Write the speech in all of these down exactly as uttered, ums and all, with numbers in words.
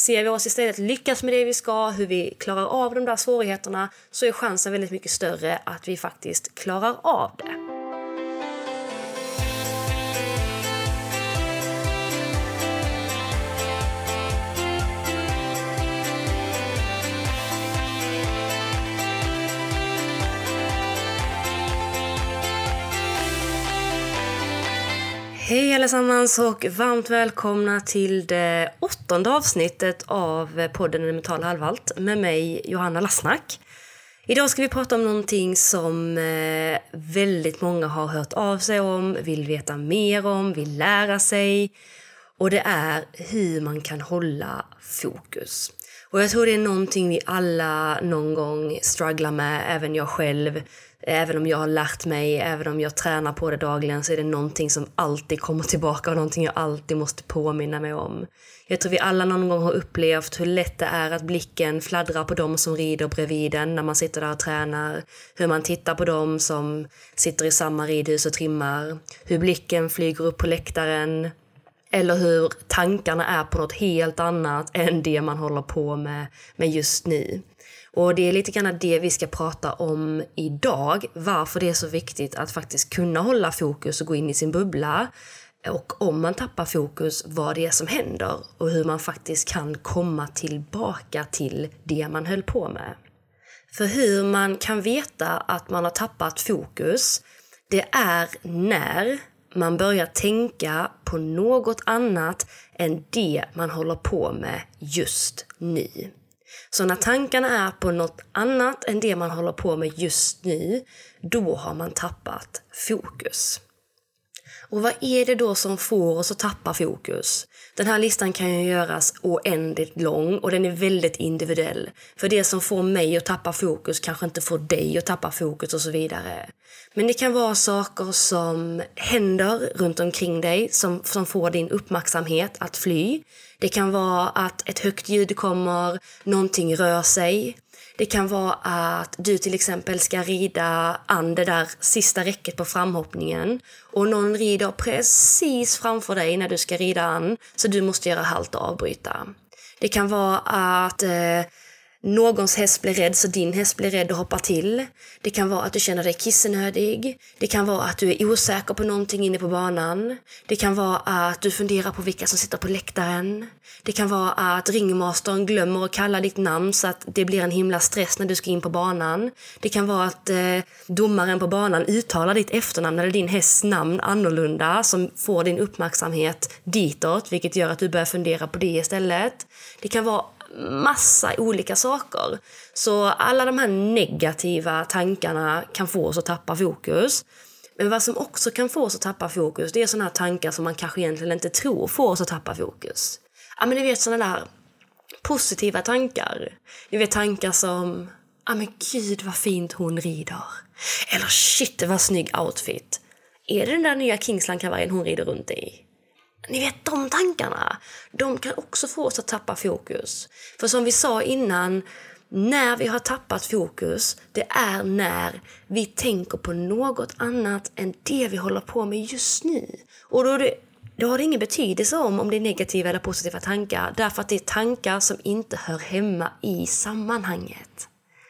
Ser vi oss istället lyckas med det vi ska, hur vi klarar av de där svårigheterna, så är chansen väldigt mycket större att vi faktiskt klarar av det. Hej allesammans och varmt välkomna till det åttonde avsnittet av podden En mental halvhalt med mig Johanna Lassnack. Idag ska vi prata om någonting som väldigt många har hört av sig om, vill veta mer om, vill lära sig. Och det är hur man kan hålla fokus. Och jag tror det är någonting vi alla någon gång strugglar med, även jag själv. Även om jag har lärt mig, även om jag tränar på det dagligen, så är det någonting som alltid kommer tillbaka och någonting jag alltid måste påminna mig om. Jag tror vi alla någon gång har upplevt hur lätt det är att blicken fladdrar på dem som rider bredvid en när man sitter där och tränar. Hur man tittar på dem som sitter i samma ridhus och trimmar. Hur blicken flyger upp på läktaren. Eller hur tankarna är på något helt annat än det man håller på med, med just nu. Och det är lite grann det vi ska prata om idag. Varför det är så viktigt att faktiskt kunna hålla fokus och gå in i sin bubbla. Och om man tappar fokus, vad det är som händer. Och hur man faktiskt kan komma tillbaka till det man höll på med. För hur man kan veta att man har tappat fokus, det är när man börjar tänka på något annat än det man håller på med just nu. Så när tankarna är på något annat än det man håller på med just nu, då har man tappat fokus. Och vad är det då som får oss att tappa fokus? Den här listan kan ju göras oändligt lång och den är väldigt individuell. För det som får mig att tappa fokus kanske inte får dig att tappa fokus och så vidare. Men det kan vara saker som händer runt omkring dig som, som får din uppmärksamhet att fly. Det kan vara att ett högt ljud kommer, någonting rör sig. Det kan vara att du till exempel ska rida an det där sista räcket på framhoppningen. Och någon rider precis framför dig när du ska rida an, så du måste göra halt och avbryta. Det kan vara att eh, någons häst blir rädd så din häst blir rädd och hoppar till. Det kan vara att du känner dig kissenödig. Det kan vara att du är osäker på någonting inne på banan. Det kan vara att du funderar på vilka som sitter på läktaren. Det kan vara att ringmastern glömmer att kalla ditt namn så att det blir en himla stress när du ska in på banan. Det kan vara att eh, domaren på banan uttalar ditt efternamn eller din hästs namn annorlunda som får din uppmärksamhet ditåt, vilket gör att du börjar fundera på det istället. Det kan vara massa olika saker. Så alla de här negativa tankarna kan få oss att tappa fokus. Men vad som också kan få oss att tappa fokus, det är sådana här tankar som man kanske egentligen inte tror får oss att tappa fokus. Ja, men ni vet sådana där positiva tankar. Ni vet tankar som, ja men gud vad fint hon rider. Eller shit vad snygg outfit. Är det den där nya Kingsland-kavaj hon rider runt i? Ni vet de tankarna, de kan också få oss att tappa fokus. För som vi sa innan, när vi har tappat fokus, det är när vi tänker på något annat än det vi håller på med just nu. Och då, det, då har det ingen betydelse om, om det är negativa eller positiva tankar, därför att det är tankar som inte hör hemma i sammanhanget.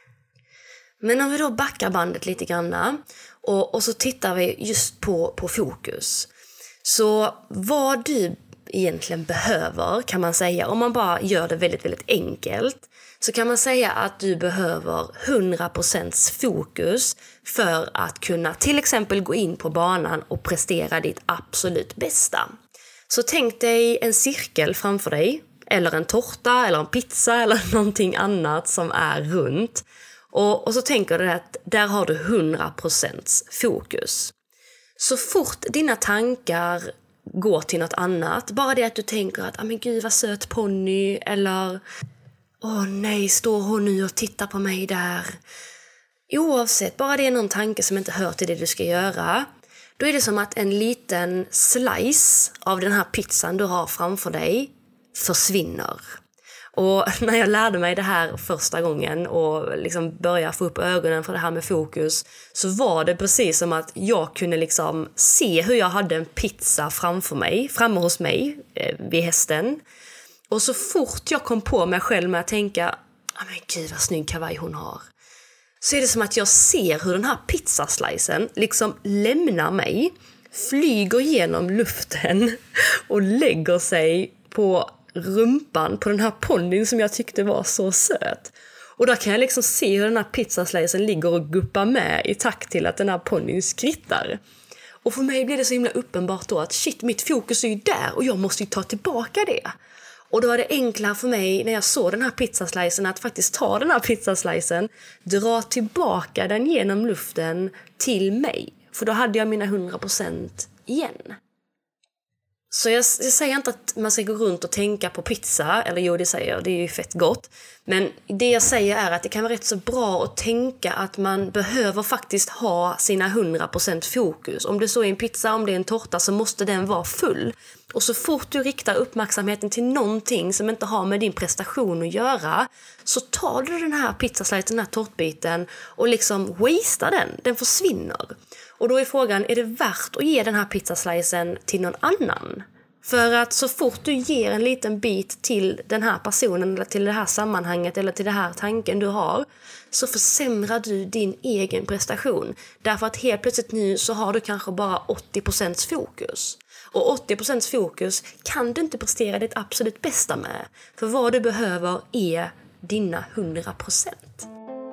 Men om vi då backar bandet lite grann och, och så tittar vi just på, på fokus. Så vad du egentligen behöver kan man säga, om man bara gör det väldigt, väldigt enkelt, så kan man säga att du behöver hundra procent fokus för att kunna till exempel gå in på banan och prestera ditt absolut bästa. Så tänk dig en cirkel framför dig, eller en tårta eller en pizza eller någonting annat som är runt. Och, och så tänker du att där har du hundra procent fokus. Så fort dina tankar går till något annat, bara det att du tänker att ah, men gud vad söt ponny, eller åh nej, står hon nu och tittar på mig där. Oavsett, bara det är någon tanke som inte hör till det du ska göra, då är det som att en liten slice av den här pizzan du har framför dig försvinner. Och när jag lärde mig det här första gången och liksom började få upp ögonen för det här med fokus, så var det precis som att jag kunde liksom se hur jag hade en pizza framför mig, framme hos mig eh, vid hästen. Och så fort jag kom på mig själv med att tänka, ja men gud vad snygg kavaj hon har, så är det som att jag ser hur den här pizzaslicen liksom lämnar mig, flyger genom luften och lägger sig på rumpan på den här ponnyn som jag tyckte var så söt. Och där kan jag liksom se hur den här pizzaslicen ligger och guppar med i takt till att den här ponnyn skrittar. Och för mig blir det så himla uppenbart då att shit, mitt fokus är ju där och jag måste ju ta tillbaka det. Och då var det enklare för mig när jag såg den här pizzaslicen att faktiskt ta den här pizzaslicen, dra tillbaka den genom luften till mig. För då hade jag mina hundra procent igen. Så jag, jag säger inte att man ska gå runt och tänka på pizza, eller jo det säger jag, det är ju fett gott. Men det jag säger är att det kan vara rätt så bra att tänka att man behöver faktiskt ha sina hundra procent fokus. Om det så är en pizza, om det är en tårta, så måste den vara full. Och så fort du riktar uppmärksamheten till någonting som inte har med din prestation att göra, så tar du den här pizzaslicen, den här tårtbiten och liksom wastear den, den försvinner. Och då är frågan, är det värt att ge den här pizzaslicen till någon annan? För att så fort du ger en liten bit till den här personen eller till det här sammanhanget eller till det här tanken du har, så försämrar du din egen prestation. Därför att helt plötsligt nu så har du kanske bara åttio procent fokus. Och åttio procent fokus kan du inte prestera ditt absolut bästa med. För vad du behöver är dina hundra procent.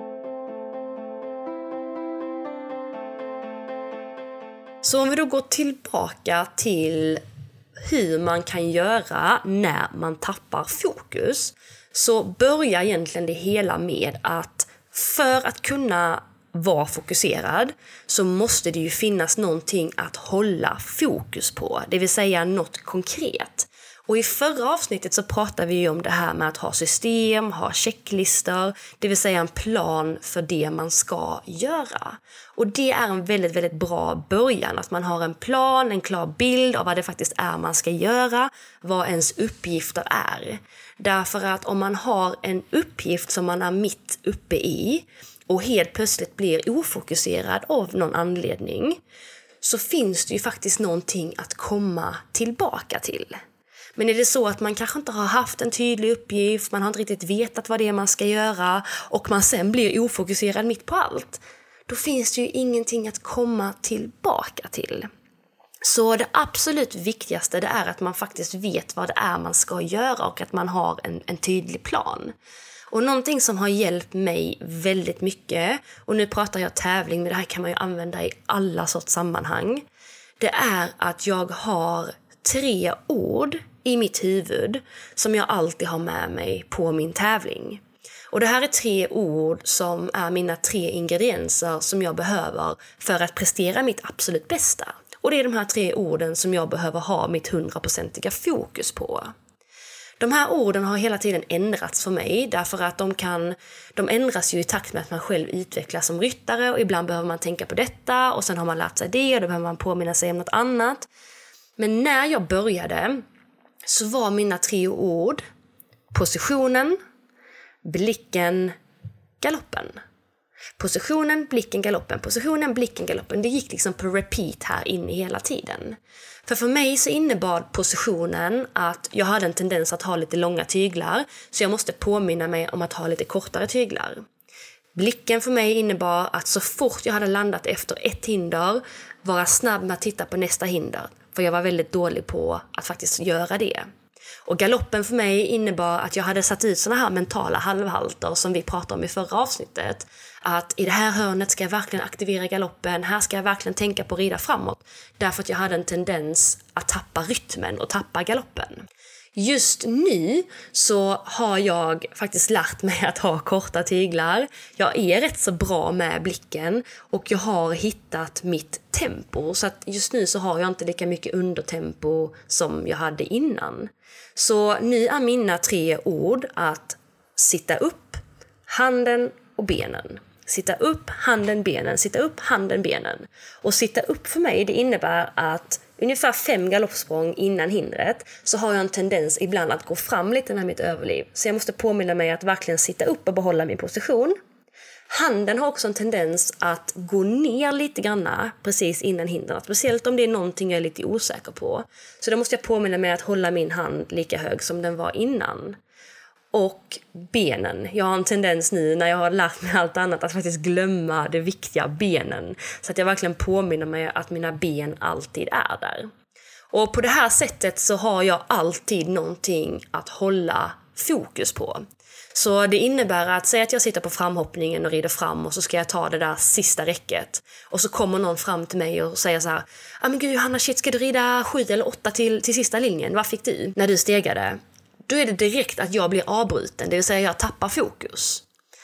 Så om vi då går tillbaka till hur man kan göra när man tappar fokus, så börjar egentligen det hela med att för att kunna vara fokuserad så måste det ju finnas någonting att hålla fokus på, det vill säga något konkret. Och i förra avsnittet så pratade vi ju om det här med att ha system, ha checklistor, det vill säga en plan för det man ska göra. Och det är en väldigt, väldigt bra början, att man har en plan, en klar bild av vad det faktiskt är man ska göra, vad ens uppgifter är. Därför att om man har en uppgift som man är mitt uppe i och helt plötsligt blir ofokuserad av någon anledning, så finns det ju faktiskt någonting att komma tillbaka till. Men är det så att man kanske inte har haft en tydlig uppgift, man har inte riktigt vetat vad det är man ska göra och man sen blir ofokuserad mitt på allt, då finns det ju ingenting att komma tillbaka till. Så det absolut viktigaste det är att man faktiskt vet vad det är man ska göra och att man har en, en tydlig plan. Och någonting som har hjälpt mig väldigt mycket, och nu pratar jag tävling men det här kan man ju använda i alla sorts sammanhang, det är att jag har tre ord i mitt huvud som jag alltid har med mig på min tävling. Och det här är tre ord som är mina tre ingredienser som jag behöver för att prestera mitt absolut bästa. Och det är de här tre orden som jag behöver ha mitt hundraprocentiga fokus på. De här orden har hela tiden ändrats för mig därför att de kan, de ändras ju i takt med att man själv utvecklas som ryttare, och ibland behöver man tänka på detta och sen har man lärt sig det och då behöver man påminna sig om något annat. Men när jag började så var mina tre ord positionen, blicken, galoppen. Positionen, blicken, galoppen. Positionen, blicken, galoppen. Det gick liksom på repeat här inne hela tiden. För för mig så innebar positionen att jag hade en tendens att ha lite långa tyglar, så jag måste påminna mig om att ha lite kortare tyglar. Blicken för mig innebar att så fort jag hade landat efter ett hinder vara snabb med att titta på nästa hinder. För jag var väldigt dålig på att faktiskt göra det. Och galoppen för mig innebar att jag hade satt ut såna här mentala halvhalter som vi pratade om i förra avsnittet. Att i det här hörnet ska jag verkligen aktivera galoppen, här ska jag verkligen tänka på att rida framåt. Därför att jag hade en tendens att tappa rytmen och tappa galoppen. Just nu så har jag faktiskt lärt mig att ha korta tyglar. Jag är rätt så bra med blicken och jag har hittat mitt tempo. Så att just nu så har jag inte lika mycket undertempo som jag hade innan. Så nu är mina tre ord att sitta upp, handen och benen. Sitta upp, handen, benen. Sitta upp, handen, benen. Och sitta upp för mig, det innebär att ungefär fem galoppsprång innan hindret så har jag en tendens ibland att gå fram lite med mitt överliv. Så jag måste påminna mig att verkligen sitta upp och behålla min position. Handen har också en tendens att gå ner lite grann precis innan hindren. Speciellt om det är någonting jag är lite osäker på. Så då måste jag påminna mig att hålla min hand lika hög som den var innan. Och benen. Jag har en tendens nu när jag har lärt mig allt annat att faktiskt glömma det viktiga, benen. Så att jag verkligen påminner mig att mina ben alltid är där. Och på det här sättet så har jag alltid någonting att hålla fokus på. Så det innebär att säga att jag sitter på framhoppningen och rider fram och så ska jag ta det där sista räcket. Och så kommer någon fram till mig och säger så här: ah, men gud Johanna, shit, ska du rida sju eller åtta till, till sista linjen? Vad fick du när du stegade? Då är det direkt att jag blir avbruten, det vill säga jag tappar fokus.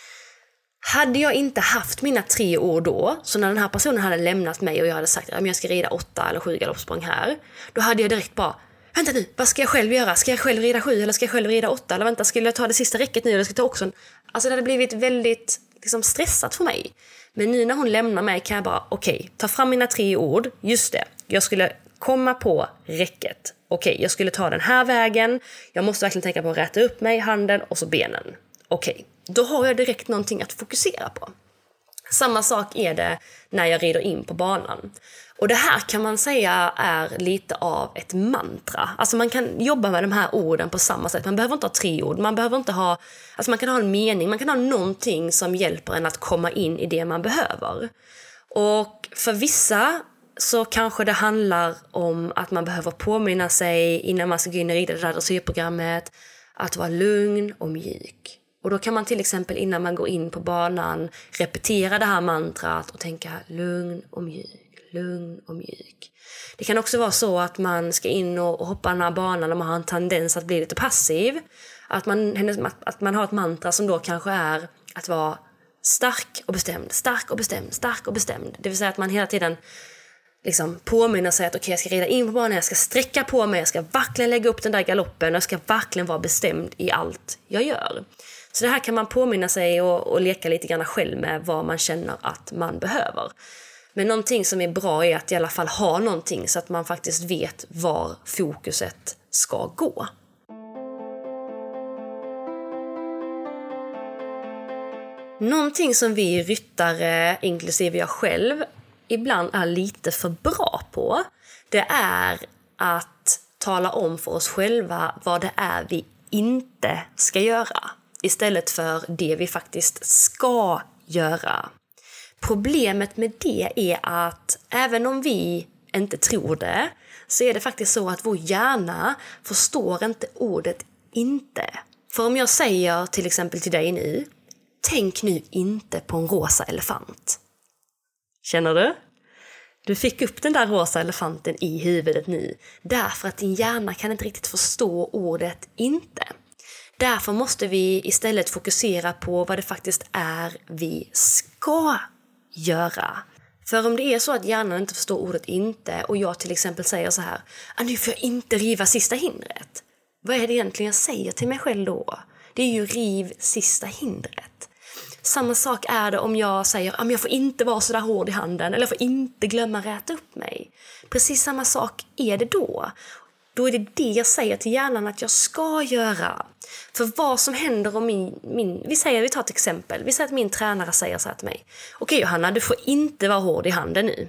Hade jag inte haft mina tre år då, så när den här personen hade lämnat mig och jag hade sagt att jag ska rida åtta eller sju galoppsprång här, då hade jag direkt bara: vänta nu, vad ska jag själv göra? Ska jag själv rida sju eller ska jag själv rida åtta? Eller vänta, skulle jag ta det sista räcket nu eller ska jag ta också en... Alltså det hade blivit väldigt liksom, stressat för mig. Men nu när hon lämnar mig kan jag bara, okej, okay, ta fram mina tre ord. Just det, jag skulle komma på räcket. Okej, okay, jag skulle ta den här vägen. Jag måste verkligen tänka på att räta upp mig, handen och så benen. Okej, okay, då har jag direkt någonting att fokusera på. Samma sak är det när jag rider in på banan. Och det här kan man säga är lite av ett mantra. Alltså man kan jobba med de här orden på samma sätt. Man behöver inte ha tre ord. Man behöver inte ha, alltså man kan ha en mening. Man kan ha någonting som hjälper en att komma in i det man behöver. Och för vissa så kanske det handlar om att man behöver påminna sig innan man ska gå in och rida det där dressyrprogrammet att vara lugn och mjuk. Och då kan man till exempel innan man går in på banan repetera det här mantrat och tänka lugn och mjuk. Lugn och mjuk. Det kan också vara så att man ska in och hoppa den här banan och man har en tendens att bli lite passiv. Att man, att man har ett mantra som då kanske är att vara stark och bestämd, stark och bestämd, stark och bestämd. Det vill säga att man hela tiden liksom påminner sig att okej, okay, jag ska rida in på banan, jag ska sträcka på mig, jag ska verkligen lägga upp den där galoppen och jag ska verkligen vara bestämd i allt jag gör. Så det här kan man påminna sig och, och leka lite grann själv med vad man känner att man behöver. Men någonting som är bra är att i alla fall ha någonting så att man faktiskt vet var fokuset ska gå. Någonting som vi ryttare, inklusive jag själv, ibland är lite för bra på, det är att tala om för oss själva vad det är vi inte ska göra istället för det vi faktiskt ska göra. Problemet med det är att även om vi inte tror det så är det faktiskt så att vår hjärna förstår inte ordet inte. För om jag säger till exempel till dig nu, tänk nu inte på en rosa elefant. Känner du? Du fick upp den där rosa elefanten i huvudet nu därför att din hjärna kan inte riktigt förstå ordet inte. Därför måste vi istället fokusera på vad det faktiskt är vi ska göra. För om det är så att hjärnan inte förstår ordet inte och jag till exempel säger så här, ah, nu får jag inte riva sista hindret. Vad är det egentligen jag säger till mig själv då? Det är ju riv sista hindret. Samma sak är det om jag säger, ah, men jag får inte vara så där hård i handen eller jag får inte glömma räta upp mig. Precis samma sak är det då. Då är det det jag säger till hjärnan att jag ska göra. För vad som händer om min, min... Vi säger, vi tar ett exempel. Vi säger att min tränare säger så här till mig. Okej Johanna, du får inte vara hård i handen nu.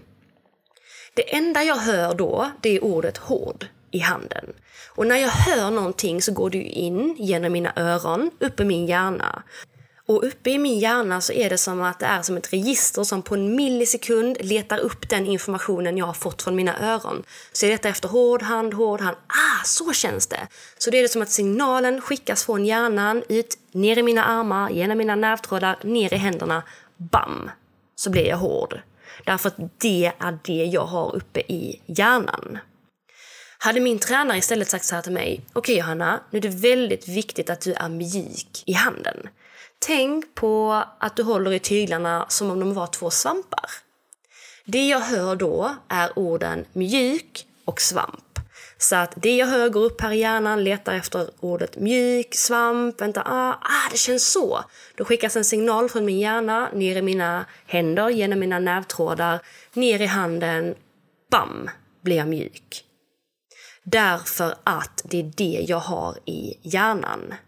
Det enda jag hör då, det är ordet hård i handen. Och när jag hör någonting så går det in genom mina öron, upp i min hjärna. Och uppe i min hjärna så är det som att det är som ett register som på en millisekund letar upp den informationen jag har fått från mina öron. Så jag letar efter hård hand, hård hand. Ah, så känns det. Så det är det som att signalen skickas från hjärnan ut, ner i mina armar, genom mina nervtrådar, ner i händerna. Bam! Så blir jag hård. Därför att det är det jag har uppe i hjärnan. Hade min tränare istället sagt så här till mig. Okej Johanna, nu är det väldigt viktigt att du är mjuk i handen. Tänk på att du håller i tyglarna som om de var två svampar. Det jag hör då är orden mjuk och svamp. Så att det jag hör går upp här i hjärnan, letar efter ordet mjuk, svamp, vänta, ah, ah, det känns så. Då skickas en signal från min hjärna ner i mina händer, genom mina nervtrådar, ner i handen, bam, blir jag mjuk. Därför att det är det jag har i hjärnan.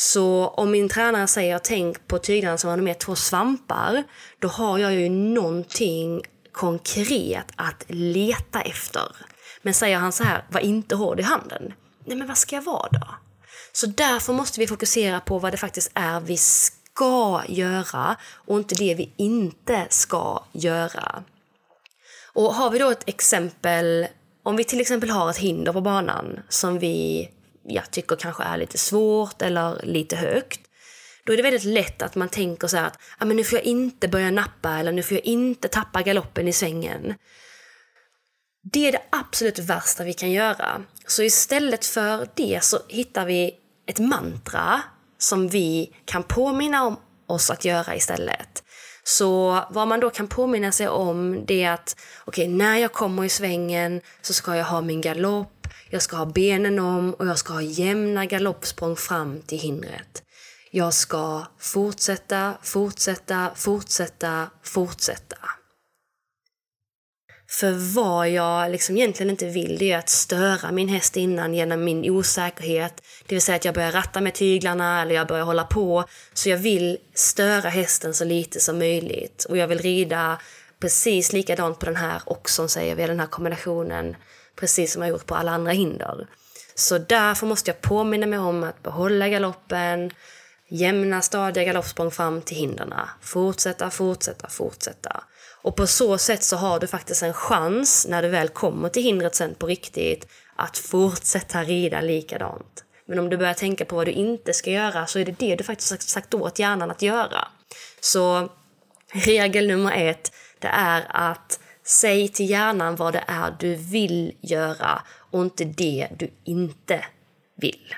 Så om min tränare säger tänk på tyglarna som har med två svampar, då har jag ju någonting konkret att leta efter. Men säger han så här, var inte hård i handen. Nej, men vad ska jag vara då? Så därför måste vi fokusera på vad det faktiskt är vi ska göra och inte det vi inte ska göra. Och har vi då ett exempel, om vi till exempel har ett hinder på banan som vi jag tycker kanske är lite svårt eller lite högt, då är det väldigt lätt att man tänker så här att ah, men nu får jag inte börja nappa eller nu får jag inte tappa galoppen i svängen. Det är det absolut värsta vi kan göra. Så istället för det så hittar vi ett mantra som vi kan påminna om oss att göra istället. Så vad man då kan påminna sig om det är att okej, okay, när jag kommer i svängen så ska jag ha min galopp, jag ska ha benen om och jag ska ha jämna galoppsprång fram till hindret. Jag ska fortsätta, fortsätta, fortsätta, fortsätta. För vad jag liksom egentligen inte vill, det är att störa min häst innan genom min osäkerhet. Det vill säga att jag börjar ratta med tyglarna eller jag börjar hålla på. Så jag vill störa hästen så lite som möjligt. Och jag vill rida precis likadant på den här oxen, säger vi, den här kombinationen. Precis som jag gjort på alla andra hinder. Så därför måste jag påminna mig om att behålla galoppen. Jämna stadiga galoppsprång fram till hinderna. Fortsätta, fortsätta, fortsätta. Och på så sätt så har du faktiskt en chans när du väl kommer till hindret sen på riktigt att fortsätta rida likadant. Men om du börjar tänka på vad du inte ska göra så är det det du faktiskt sagt åt hjärnan att göra. Så regel nummer ett, det är att säg till hjärnan vad det är du vill göra och inte det du inte vill.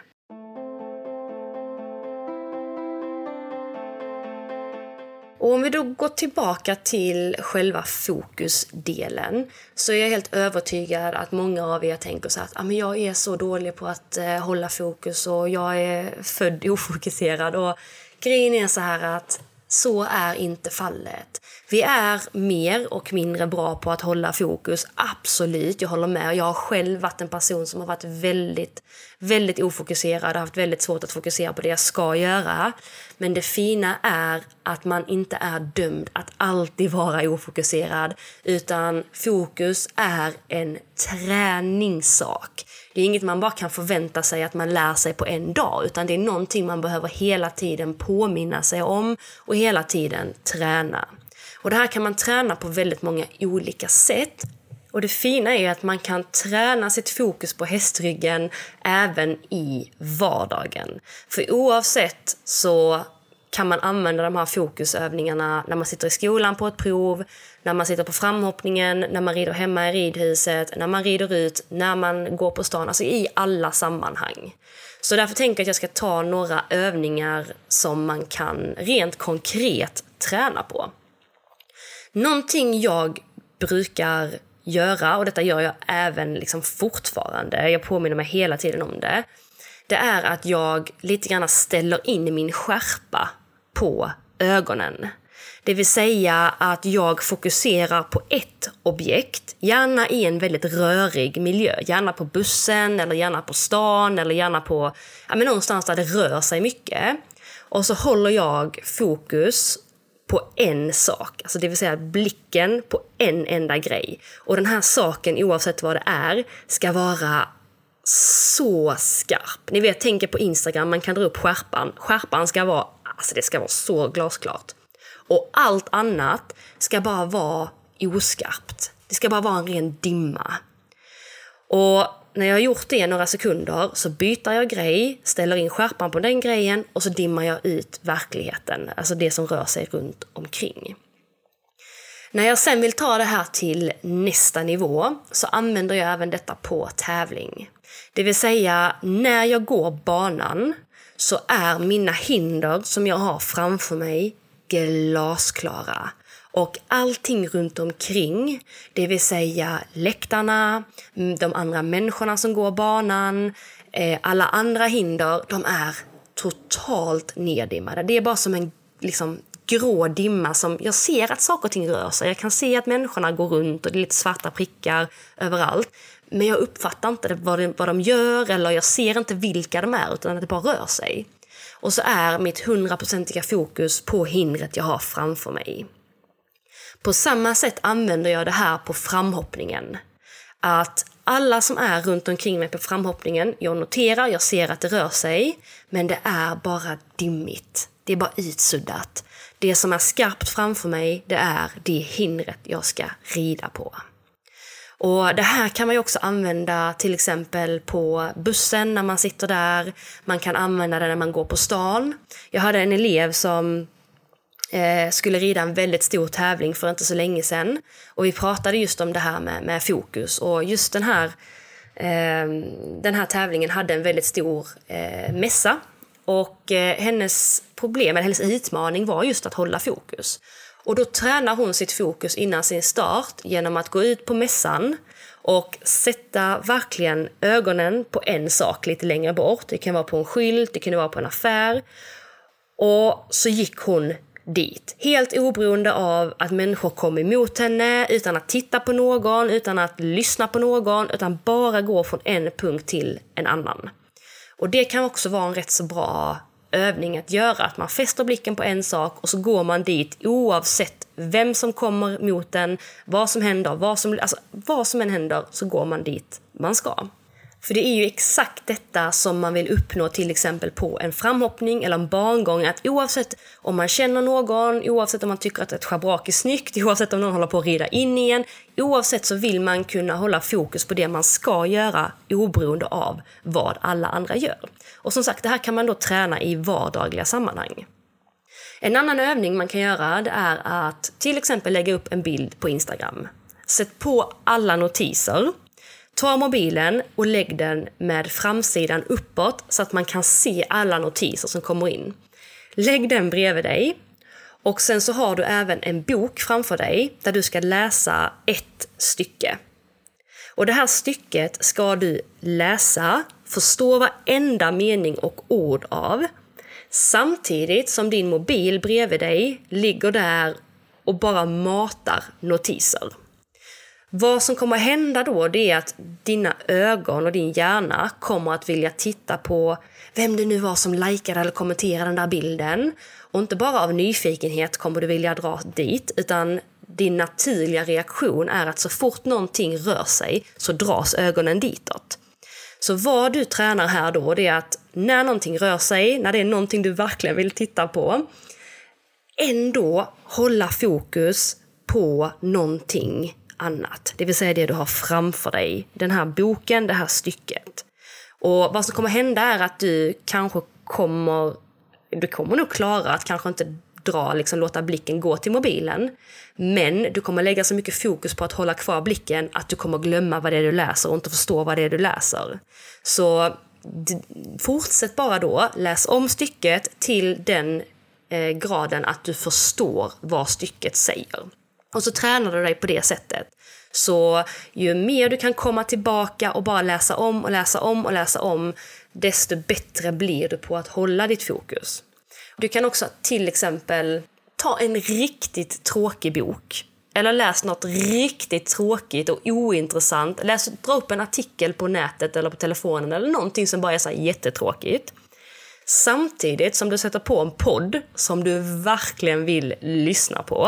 Och om vi då går tillbaka till själva fokusdelen så är jag helt övertygad att många av er tänker så här att ah, men jag är så dålig på att eh, hålla fokus och jag är född ofokuserad. Och grejen är så här att så är inte fallet. Vi är mer och mindre bra på att hålla fokus. Absolut, jag håller med. Jag har själv varit en person som har varit väldigt, väldigt ofokuserad och haft väldigt svårt att fokusera på det jag ska göra. Men det fina är att man inte är dömd att alltid vara ofokuserad. Utan fokus är en träningssak. Det är inget man bara kan förvänta sig att man lär sig på en dag. Utan det är någonting man behöver hela tiden påminna sig om och hela tiden träna. Och det här kan man träna på väldigt många olika sätt. Och det fina är att man kan träna sitt fokus på hästryggen även i vardagen. För oavsett så kan man använda de här fokusövningarna när man sitter i skolan på ett prov, när man sitter på framhoppningen, när man rider hemma i ridhuset, när man rider ut, när man går på stan, alltså i alla sammanhang. Så därför tänker jag att jag ska ta några övningar som man kan rent konkret träna på. Någonting jag brukar göra, och detta gör jag även liksom fortfarande, jag påminner mig hela tiden om det, det är att jag lite grann ställer in min skärpa på ögonen. Det vill säga att jag fokuserar på ett objekt, gärna i en väldigt rörig miljö. Gärna på bussen eller gärna på stan eller gärna på ja, men någonstans där det rör sig mycket. Och så håller jag fokus på en sak, alltså det vill säga blicken på en enda grej. Och den här saken, oavsett vad det är, ska vara så skarp. Ni vet, tänker på Instagram, man kan dra upp skärpan. Skärpan ska vara, alltså det ska vara så glasklart. Och allt annat ska bara vara oskarpt. Det ska bara vara en ren dimma. Och när jag har gjort det några sekunder så byter jag grej, ställer in skärpan på den grejen och så dimmar jag ut verkligheten. Alltså det som rör sig runt omkring. När jag sen vill ta det här till nästa nivå så använder jag även detta på tävling. Det vill säga, när jag går banan så är mina hinder som jag har framför mig glasklara. Och allting runt omkring, det vill säga läktarna, de andra människorna som går banan, alla andra hinder, de är totalt neddimmade. Det är bara som en liksom grå dimma som jag ser att saker och ting rör sig. Jag kan se att människorna går runt och det är lite svarta prickar överallt. Men jag uppfattar inte vad de, vad de gör eller jag ser inte vilka de är utan att det bara rör sig. och så är mitt hundraprocentiga fokus på hindret jag har framför mig. På samma sätt använder jag det här på framhoppningen. Att alla som är runt omkring mig på framhoppningen, jag noterar, jag ser att det rör sig, men det är bara dimmigt. Det är bara utsuddat. Det som är skarpt framför mig, det är det hindret jag ska rida på. Och det här kan man ju också använda till exempel på bussen när man sitter där. Man kan använda det när man går på stan. Jag hade en elev som eh, skulle rida en väldigt stor tävling för inte så länge sedan. Och vi pratade just om det här med, med fokus. Och just den här, eh, den här tävlingen hade en väldigt stor eh, mässa. Och eh, hennes problem, eller hennes utmaning var just att hålla fokus. Och då tränar hon sitt fokus innan sin start genom att gå ut på mässan och sätta verkligen ögonen på en sak lite längre bort. Det kan vara på en skylt, det kan vara på en affär. Och så gick hon dit. Helt oberoende av att människor kom emot henne, utan att titta på någon, utan att lyssna på någon, utan bara gå från en punkt till en annan. Och det kan också vara en rätt så bra övning att göra, att man fäster blicken på en sak och så går man dit oavsett vem som kommer mot den, vad som händer, vad som, alltså, vad som än händer så går man dit man ska. För det är ju exakt detta som man vill uppnå till exempel på en framhoppning eller en bangång, att oavsett om man känner någon, oavsett om man tycker att ett schabrak är snyggt, oavsett om någon håller på att rida in igen, oavsett så vill man kunna hålla fokus på det man ska göra oberoende av vad alla andra gör. Och som sagt, det här kan man då träna i vardagliga sammanhang. En annan övning man kan göra, det är att till exempel lägga upp en bild på Instagram. Sätt på alla notiser. Ta mobilen och lägg den med framsidan uppåt så att man kan se alla notiser som kommer in. Lägg den bredvid dig och sen så har du även en bok framför dig där du ska läsa ett stycke. Och det här stycket ska du läsa, förstå varenda mening och ord av, samtidigt som din mobil bredvid dig ligger där och bara matar notiser. Vad som kommer att hända då, det är att dina ögon och din hjärna kommer att vilja titta på vem det nu var som likade eller kommenterade den där bilden. Och inte bara av nyfikenhet kommer du vilja dra dit, utan din naturliga reaktion är att så fort någonting rör sig så dras ögonen ditåt. Så vad du tränar här då, det är att när någonting rör sig, när det är någonting du verkligen vill titta på, ändå hålla fokus på någonting annat. Det vill säga det du har framför dig. Den här boken, det här stycket. Och vad som kommer hända är att du kanske kommer, du kommer nog klara att kanske inte dra, liksom låta blicken gå till mobilen. Men du kommer lägga så mycket fokus på att hålla kvar blicken att du kommer glömma vad det är du läser och inte förstå vad det är du läser. Så d- fortsätt bara då, läs om stycket till den eh, graden att du förstår vad stycket säger. Och så tränar du dig på det sättet. Så ju mer du kan komma tillbaka och bara läsa om och läsa om och läsa om, desto bättre blir du på att hålla ditt fokus. Du kan också till exempel ta en riktigt tråkig bok. Eller läs något riktigt tråkigt och ointressant. Läs, dra upp en artikel på nätet eller på telefonen eller någonting som bara är så här jättetråkigt. Samtidigt som du sätter på en podd som du verkligen vill lyssna på.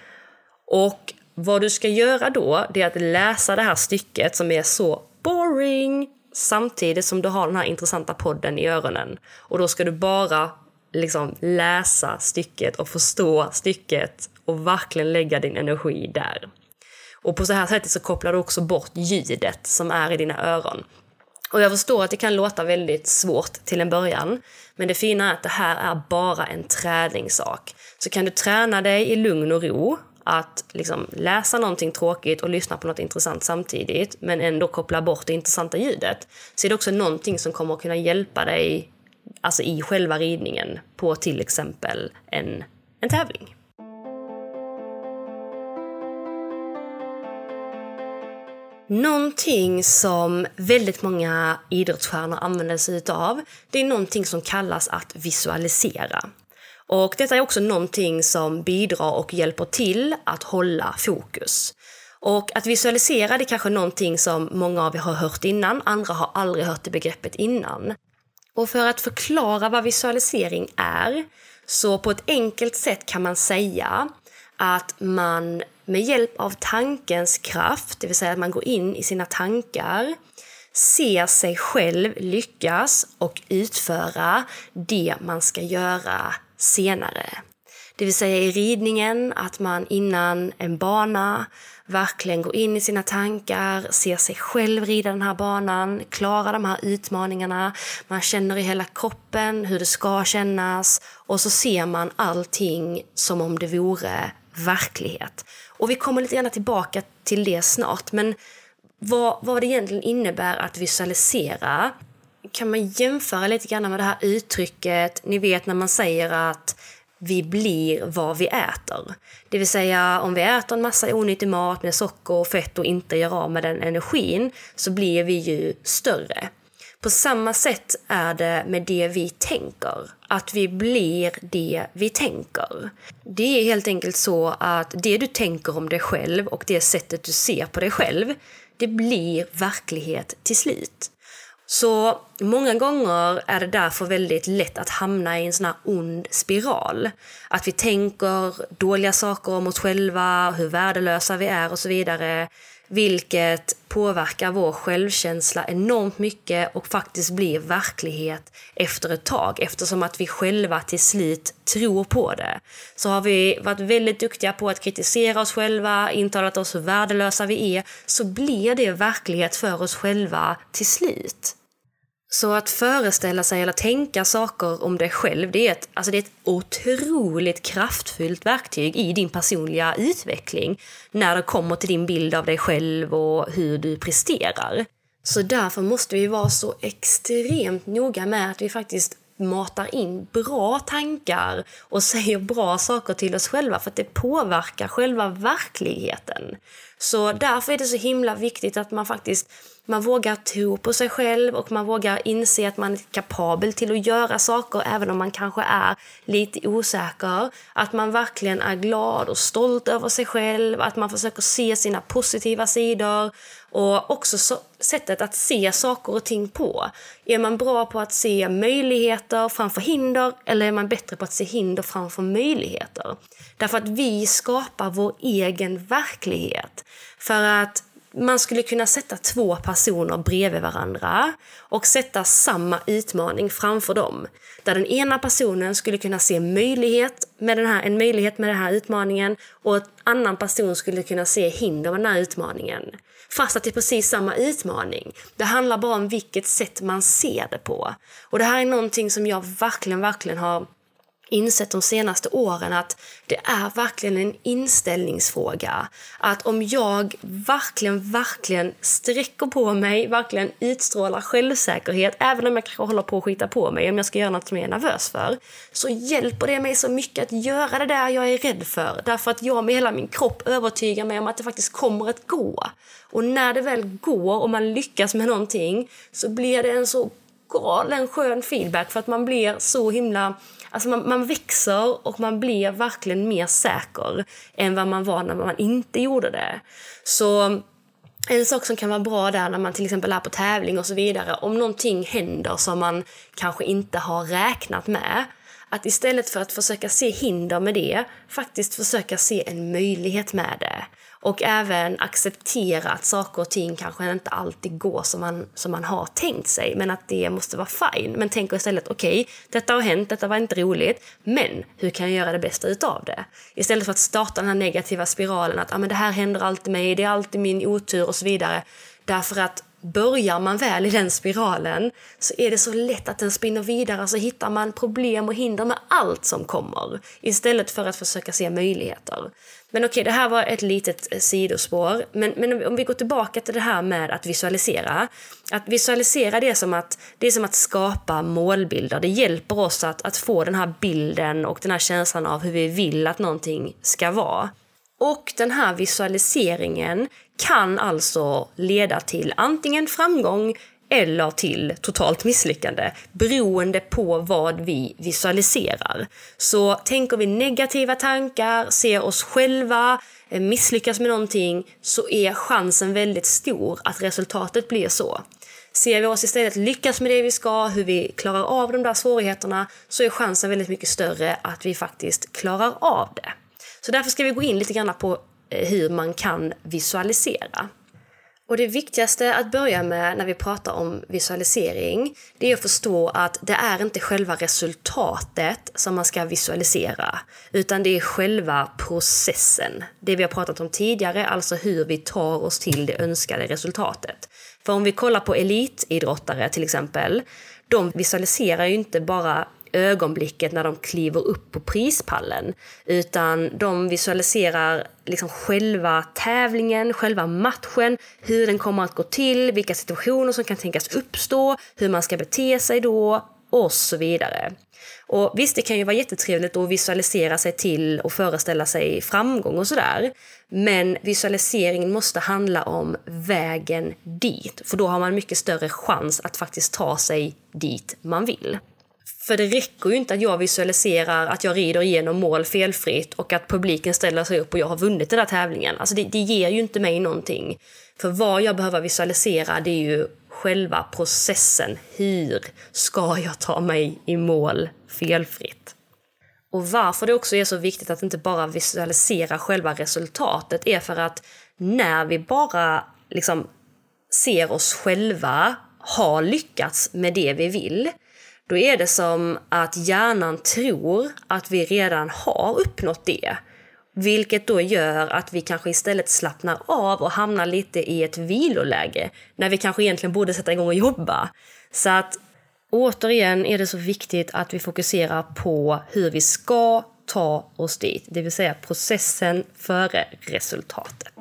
Och vad du ska göra då, det är att läsa det här stycket som är så boring samtidigt som du har den här intressanta podden i öronen. Och då ska du bara liksom läsa stycket och förstå stycket och verkligen lägga din energi där. Och på så här sättet så kopplar du också bort ljudet som är i dina öron. Och jag förstår att det kan låta väldigt svårt till en början, men det fina är att det här är bara en träningssak. Så kan du träna dig i lugn och ro att liksom läsa någonting tråkigt och lyssna på något intressant samtidigt, men ändå koppla bort det intressanta ljudet, så är det också någonting som kommer att kunna hjälpa dig alltså i själva ridningen på till exempel en, en tävling. Någonting som väldigt många idrottsstjärnor använder sig av, det är någonting som kallas att visualisera. Och detta är också någonting som bidrar och hjälper till att hålla fokus. Och att visualisera, det är kanske någonting som många av er har hört innan, andra har aldrig hört det begreppet innan. Och för att förklara vad visualisering är, så på ett enkelt sätt kan man säga att man med hjälp av tankens kraft, det vill säga att man går in i sina tankar, ser sig själv lyckas och utföra det man ska göra senare. Det vill säga i ridningen att man innan en bana verkligen går in i sina tankar, ser sig själv rida den här banan, klara de här utmaningarna. Man känner i hela kroppen hur det ska kännas och så ser man allting som om det vore verklighet. Och vi kommer lite grann tillbaka till det snart, men vad, vad det egentligen innebär att visualisera kan man jämföra lite grann med det här uttrycket, ni vet när man säger att vi blir vad vi äter. Det vill säga om vi äter en massa onyttig mat med socker och fett och inte gör av med den energin så blir vi ju större. På samma sätt är det med det vi tänker. Att vi blir det vi tänker. Det är helt enkelt så att det du tänker om dig själv och det sättet du ser på dig själv, det blir verklighet till slut. Så många gånger är det därför väldigt lätt att hamna i en sån här ond spiral. Att vi tänker dåliga saker om oss själva, hur värdelösa vi är och så vidare. Vilket påverkar vår självkänsla enormt mycket och faktiskt blir verklighet efter ett tag. Eftersom att vi själva till slut tror på det. Så har vi varit väldigt duktiga på att kritisera oss själva, intalat oss hur värdelösa vi är, så blir det verklighet för oss själva till slut. Så att föreställa sig eller tänka saker om dig själv, det är ett, alltså det är ett otroligt kraftfullt verktyg i din personliga utveckling när det kommer till din bild av dig själv och hur du presterar. Så därför måste vi vara så extremt noga med att vi faktiskt matar in bra tankar och säger bra saker till oss själva för att det påverkar själva verkligheten. Så därför är det så himla viktigt att man faktiskt man vågar tro på sig själv och man vågar inse att man är kapabel till att göra saker även om man kanske är lite osäker. Att man verkligen är glad och stolt över sig själv, att man försöker se sina positiva sidor och också så, sättet att se saker och ting på. Är man bra på att se möjligheter framför hinder eller är man bättre på att se hinder framför möjligheter? Därför att vi skapar vår egen verklighet. För att man skulle kunna sätta två personer bredvid varandra och sätta samma utmaning framför dem. Där den ena personen skulle kunna se möjlighet med den här, en möjlighet med den här utmaningen och en annan person skulle kunna se hinder med den här utmaningen. Fast att det är precis samma utmaning. Det handlar bara om vilket sätt man ser det på. Och det här är någonting som jag verkligen, verkligen har insett de senaste åren att det är verkligen en inställningsfråga. Att om jag verkligen, verkligen sträcker på mig, verkligen utstrålar självsäkerhet, även om jag kanske håller på att skita på mig om jag ska göra något som jag är nervös för, så hjälper det mig så mycket att göra det där jag är rädd för. Därför att jag med hela min kropp övertygar mig om att det faktiskt kommer att gå. Och när det väl går och man lyckas med någonting så blir det en så galen skön feedback för att man blir så himla... Alltså man, man växer och man blir verkligen mer säker än vad man var när man inte gjorde det. Så en sak som kan vara bra där när man till exempel är på tävling och så vidare. Om någonting händer som man kanske inte har räknat med. Att istället för att försöka se hinder med det, faktiskt försöka se en möjlighet med det. Och även acceptera att saker och ting kanske inte alltid går som man, som man har tänkt sig. Men att det måste vara fine. Men tänk istället, okej, okay, detta har hänt, detta var inte roligt. Men hur kan jag göra det bästa utav det? Istället för att starta den här negativa spiralen. Att ah, men det här händer alltid mig, det är alltid min otur och så vidare. Därför att börjar man väl i den spiralen så är det så lätt att den spinner vidare, så hittar man problem och hinder med allt som kommer istället för att försöka se möjligheter. Men okej, det här var ett litet sidospår. Men, men om vi går tillbaka till det här med att visualisera. Att visualisera det är som att, det är som att skapa målbilder. Det hjälper oss att, att få den här bilden och den här känslan av hur vi vill att någonting ska vara. Och den här visualiseringen kan alltså leda till antingen framgång eller till totalt misslyckande, beroende på vad vi visualiserar. Så tänker vi negativa tankar, ser oss själva misslyckas med någonting, så är chansen väldigt stor att resultatet blir så. Ser vi oss istället lyckas med det vi ska, hur vi klarar av de där svårigheterna, så är chansen väldigt mycket större att vi faktiskt klarar av det. Så därför ska vi gå in lite grann på hur man kan visualisera. Och det viktigaste att börja med när vi pratar om visualisering, det är att förstå att det är inte själva resultatet som man ska visualisera, utan det är själva processen. Det vi har pratat om tidigare, alltså hur vi tar oss till det önskade resultatet. För om vi kollar på elitidrottare till exempel, de visualiserar ju inte bara ögonblicket när de kliver upp på prispallen, utan de visualiserar liksom själva tävlingen, själva matchen, hur den kommer att gå till, vilka situationer som kan tänkas uppstå, hur man ska bete sig då och så vidare. Och visst, det kan ju vara jättetrevligt att visualisera sig till och föreställa sig framgång och sådär, men visualiseringen måste handla om vägen dit, för då har man mycket större chans att faktiskt ta sig dit man vill. För det räcker ju inte att jag visualiserar att jag rider igenom mål felfritt och att publiken ställer sig upp och jag har vunnit den där tävlingen. Alltså det, det ger ju inte mig någonting. För vad jag behöver visualisera, det är ju själva processen. Hur ska jag ta mig i mål felfritt? Och varför det också är så viktigt att inte bara visualisera själva resultatet är för att när vi bara liksom ser oss själva ha lyckats med det vi vill, då är det som att hjärnan tror att vi redan har uppnått det. Vilket då gör att vi kanske istället slappnar av och hamnar lite i ett viloläge. När vi kanske egentligen borde sätta igång och jobba. Så att återigen är det så viktigt att vi fokuserar på hur vi ska ta oss dit. Det vill säga processen före resultatet.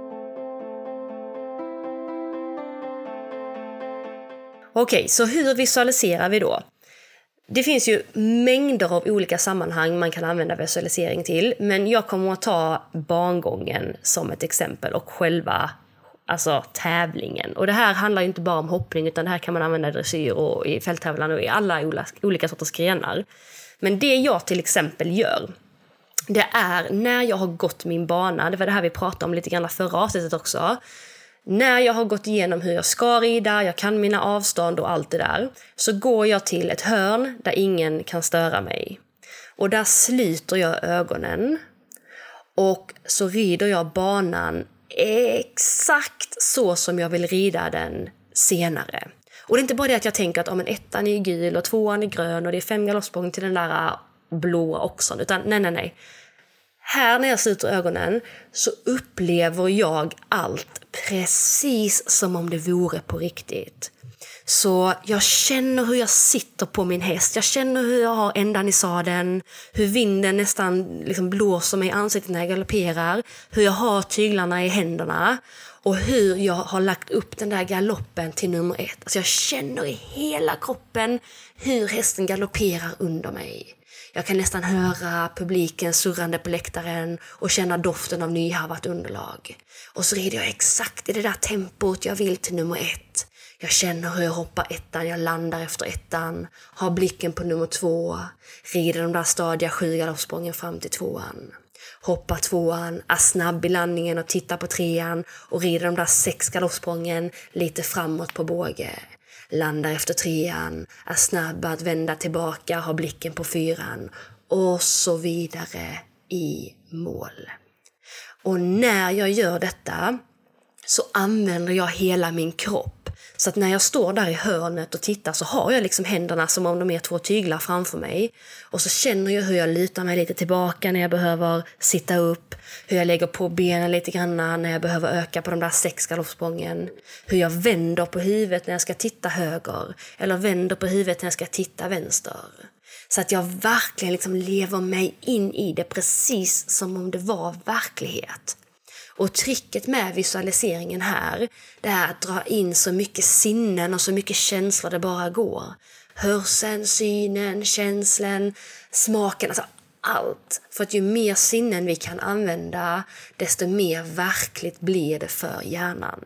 Okej, så hur visualiserar vi då? Det finns ju mängder av olika sammanhang man kan använda visualisering till, men jag kommer att ta bangången som ett exempel och själva alltså tävlingen. Och det här handlar ju inte bara om hoppning, utan det här kan man använda i dressyr och i fälttävlan och i alla olika sorters grenar. Men det jag till exempel gör, det är när jag har gått min bana, det var det här vi pratade om lite grann förra avsnittet också. När jag har gått igenom hur jag ska rida, jag kan mina avstånd och allt det där, så går jag till ett hörn där ingen kan störa mig. Och där sluter jag ögonen och så rider jag banan exakt så som jag vill rida den senare. Och det är inte bara det att jag tänker att om en ettan är gul och tvåan är grön och det är fem galoppsprång till den där blåa också, utan nej, nej, nej. Här när jag sluter ögonen så upplever jag allt precis som om det vore på riktigt. Så jag känner hur jag sitter på min häst. Jag känner hur jag har ändan i sadeln. Hur vinden nästan liksom blåser mig i ansiktet när jag galopperar. Hur jag har tyglarna i händerna. Och hur jag har lagt upp den där galoppen till nummer ett. Alltså jag känner i hela kroppen hur hästen galopperar under mig. Jag kan nästan höra publiken surrande på läktaren och känna doften av nyharvat underlag. Och så rider jag exakt i det där tempot jag vill till nummer ett. Jag känner hur jag hoppar ettan, jag landar efter ettan, har blicken på nummer två, rider de där stadiga sju galoppsprången fram till tvåan. Hoppar tvåan, är snabb i landningen och tittar på trean och rider de där sex galoppsprången lite framåt på båge. Landar efter trean, är snabb att vända tillbaka, har blicken på fyran och så vidare i mål. Och när jag gör detta så använder jag hela min kropp. Så att när jag står där i hörnet och tittar så har jag liksom händerna som om de är två tyglar framför mig. Och så känner jag hur jag lutar mig lite tillbaka när jag behöver sitta upp. Hur jag lägger på benen lite grann när jag behöver öka på de där sex galoppsprången. Hur jag vänder på huvudet när jag ska titta höger. Eller vänder på huvudet när jag ska titta vänster. Så att jag verkligen liksom lever mig in i det precis som om det var verklighet. Och tricket med visualiseringen här, det är att dra in så mycket sinnen och så mycket känslor det bara går. Hörseln, synen, känslan, smaken, alltså allt. För att ju mer sinnen vi kan använda, desto mer verkligt blir det för hjärnan.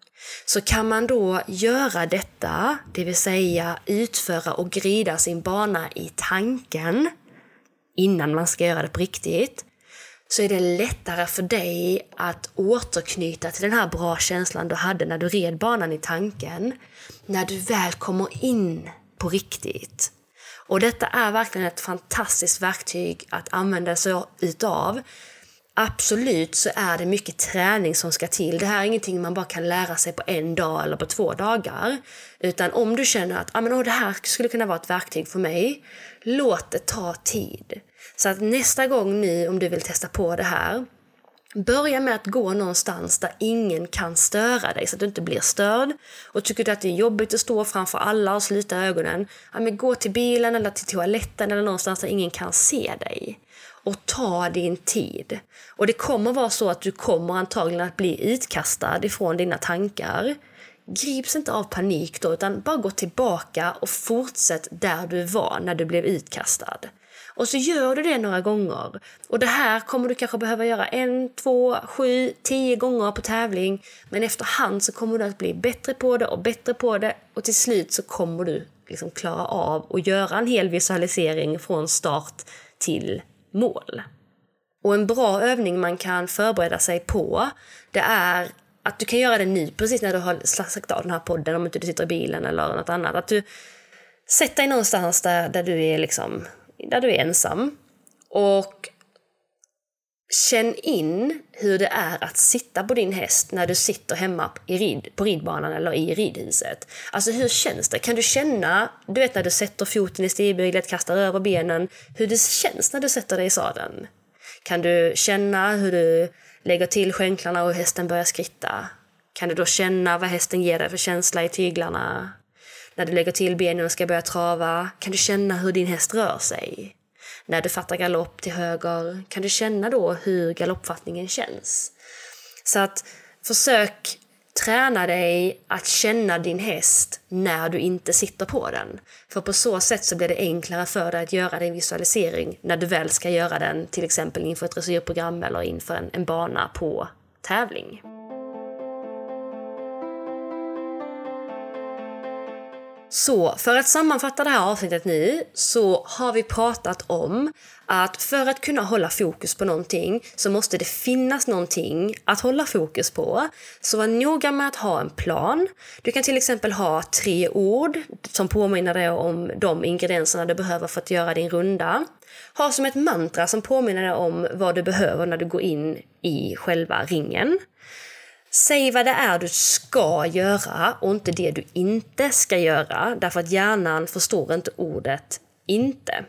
Så kan man då göra detta, det vill säga utföra och rida sin bana i tanken innan man ska göra det på riktigt, så är det lättare för dig att återknyta till den här bra känslan du hade när du red banan i tanken, när du väl kommer in på riktigt. Och detta är verkligen ett fantastiskt verktyg att använda sig utav. Absolut så är det mycket träning som ska till. Det här är ingenting man bara kan lära sig på en dag eller på två dagar. Utan om du känner att ah, men, oh, det här skulle kunna vara ett verktyg för mig, låt det ta tid. Så att nästa gång ni, om du vill testa på det här, börja med att gå någonstans där ingen kan störa dig så att du inte blir störd. Och tycker du att det är jobbigt att stå framför alla och slita ögonen, ja, men gå till bilen eller till toaletten eller någonstans där ingen kan se dig. Och ta din tid. Och det kommer vara så att du kommer antagligen att bli utkastad ifrån dina tankar. Grips inte av panik då, utan bara gå tillbaka och fortsätt där du var när du blev utkastad. Och så gör du det några gånger. Och det här kommer du kanske behöva göra en, två, sju, tio gånger på tävling. Men efterhand så kommer du att bli bättre på det och bättre på det. Och till slut så kommer du liksom klara av att göra en hel visualisering från start till mål. Och en bra övning man kan förbereda sig på, det är att du kan göra det nu, precis när du har sagt av den här podden, om inte du sitter i bilen eller något annat. Att du sätter dig någonstans där, där du är liksom, där du är ensam. Och känn in hur det är att sitta på din häst när du sitter hemma i rid, på ridbanan eller i ridhuset. Alltså hur känns det? Kan du känna, du vet när du sätter foten i stigbygelet, kastar över benen, hur det känns när du sätter dig i sadeln? Kan du känna hur du lägger till skänklarna och hästen börjar skritta? Kan du då känna vad hästen ger dig för känsla i tyglarna? När du lägger till benen och ska börja trava, kan du känna hur din häst rör sig? När du fattar galopp till höger, kan du känna då hur galoppfattningen känns? Så att försök träna dig att känna din häst när du inte sitter på den. För på så sätt så blir det enklare för dig att göra din visualisering när du väl ska göra den, till exempel inför ett dressyrprogram eller inför en, en bana på tävling. Så för att sammanfatta det här avsnittet nu, så har vi pratat om att för att kunna hålla fokus på någonting så måste det finnas någonting att hålla fokus på. Så var noga med att ha en plan. Du kan till exempel ha tre ord som påminner dig om de ingredienserna du behöver för att göra din runda. Ha som ett mantra som påminner dig om vad du behöver när du går in i själva ringen. Säg vad det är du ska göra och inte det du inte ska göra, därför att hjärnan förstår inte ordet inte.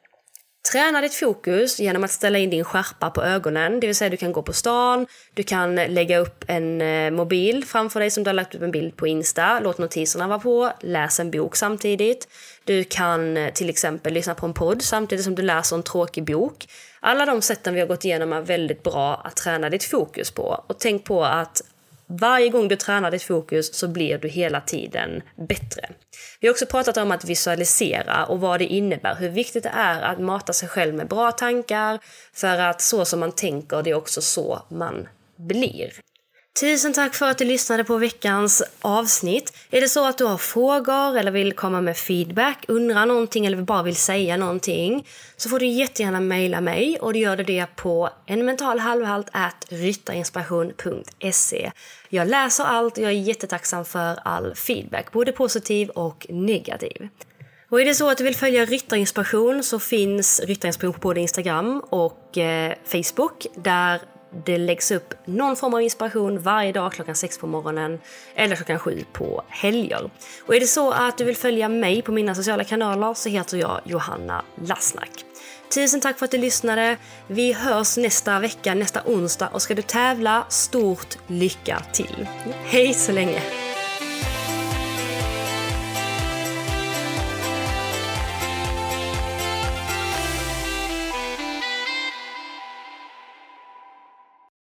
Träna ditt fokus genom att ställa in din skärpa på ögonen, det vill säga du kan gå på stan, du kan lägga upp en mobil framför dig som du har lagt upp en bild på Insta, låt notiserna vara på, läs en bok samtidigt. Du kan till exempel lyssna på en podd samtidigt som du läser en tråkig bok. Alla de sätten vi har gått igenom är väldigt bra att träna ditt fokus på. Och tänk på att varje gång du tränar ditt fokus så blir du hela tiden bättre. Vi har också pratat om att visualisera och vad det innebär. Hur viktigt det är att mata sig själv med bra tankar. För att så som man tänker, det är också så man blir. Tusen tack för att du lyssnade på veckans avsnitt. Är det så att du har frågor eller vill komma med feedback, undra någonting eller bara vill säga någonting, så får du jättegärna mejla mig, och du gör det på en mental halvhalt at ryttarinspiration punkt se. Jag läser allt och jag är jättetacksam för all feedback, både positiv och negativ. Och är det så att du vill följa Ryttarinspiration, så finns Ryttarinspiration på både Instagram och eh, Facebook, där det läggs upp någon form av inspiration varje dag klockan sex på morgonen eller klockan sju på helger. Och är det så att du vill följa mig på mina sociala kanaler, så heter jag Johanna Lassnack. Tusen tack för att du lyssnade. Vi hörs nästa vecka, nästa onsdag, och ska du tävla, stort lycka till. Hej så länge!